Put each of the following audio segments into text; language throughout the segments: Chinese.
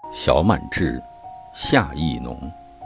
小满至，夏意浓。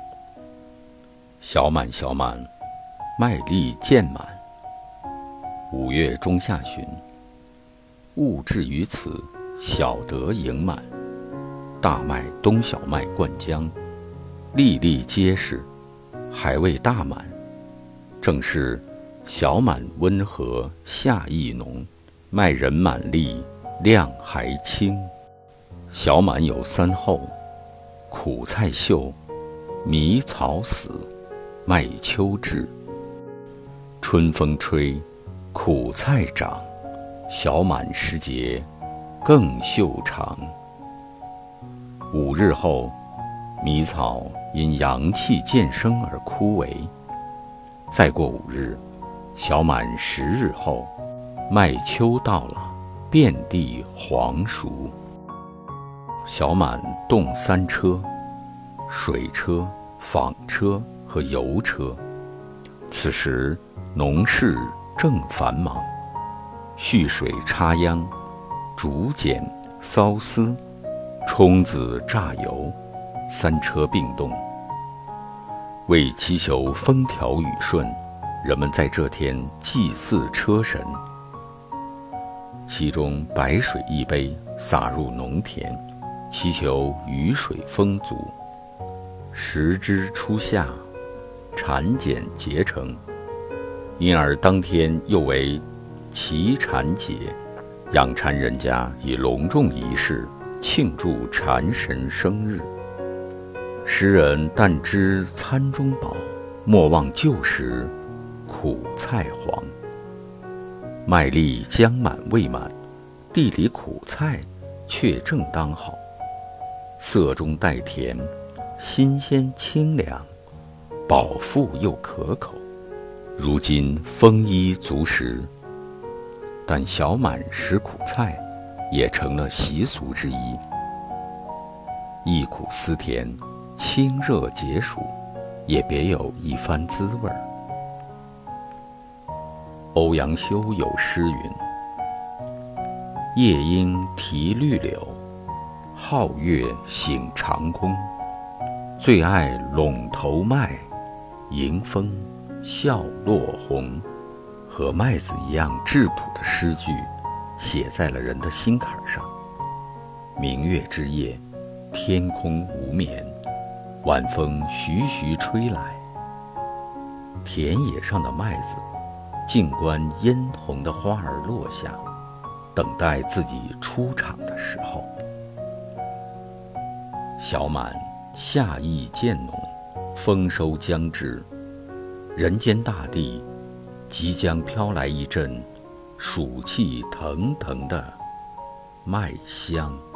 小满小满，麦粒渐满。5月中下旬，物至于此，小得盈满。大麦冬小麦灌浆，粒粒结实，还未大满。正是小满温和，夏意浓，麦仁满粒，量还轻。小满有3候：苦菜秀，迷草死，麦秋至。春风吹，苦菜长，小满时节，更秀长。5日后，迷草因阳气渐生而枯萎。再过5日，小满10日后，麦秋到了，遍地黄熟。小满动3车：水车、纺车和油车。此时农事正繁忙，蓄水插秧、竹剪、缫丝、冲子榨油，3车并动。为祈求风调雨顺，人们在这天祭祀车神，其中白水1杯洒入农田，祈求雨水丰足。时之初夏，蚕茧结成，因而当天又为祈蚕节，养蚕人家以隆重仪式庆祝蚕神生日。诗人但知餐中饱，莫忘旧时苦菜黄。麦粒将满未满，地里苦菜却正当好，色中带甜，新鲜清凉，饱腹又可口。如今丰衣足食，但小满食苦菜也成了习俗之一。忆苦思甜，清热解暑，也别有一番滋味。欧阳修有诗云：夜莺啼绿柳，皓月醒长空。最爱陇头麦，迎风笑落红。和麦子一样质朴的诗句，写在了人的心坎上。明月之夜，天空无眠，晚风徐徐吹来，田野上的麦子静观嫣红的花儿落下，等待自己出场的时候。小满夏意渐浓，丰收将至，人间大地即将飘来一阵暑气腾腾的麦香。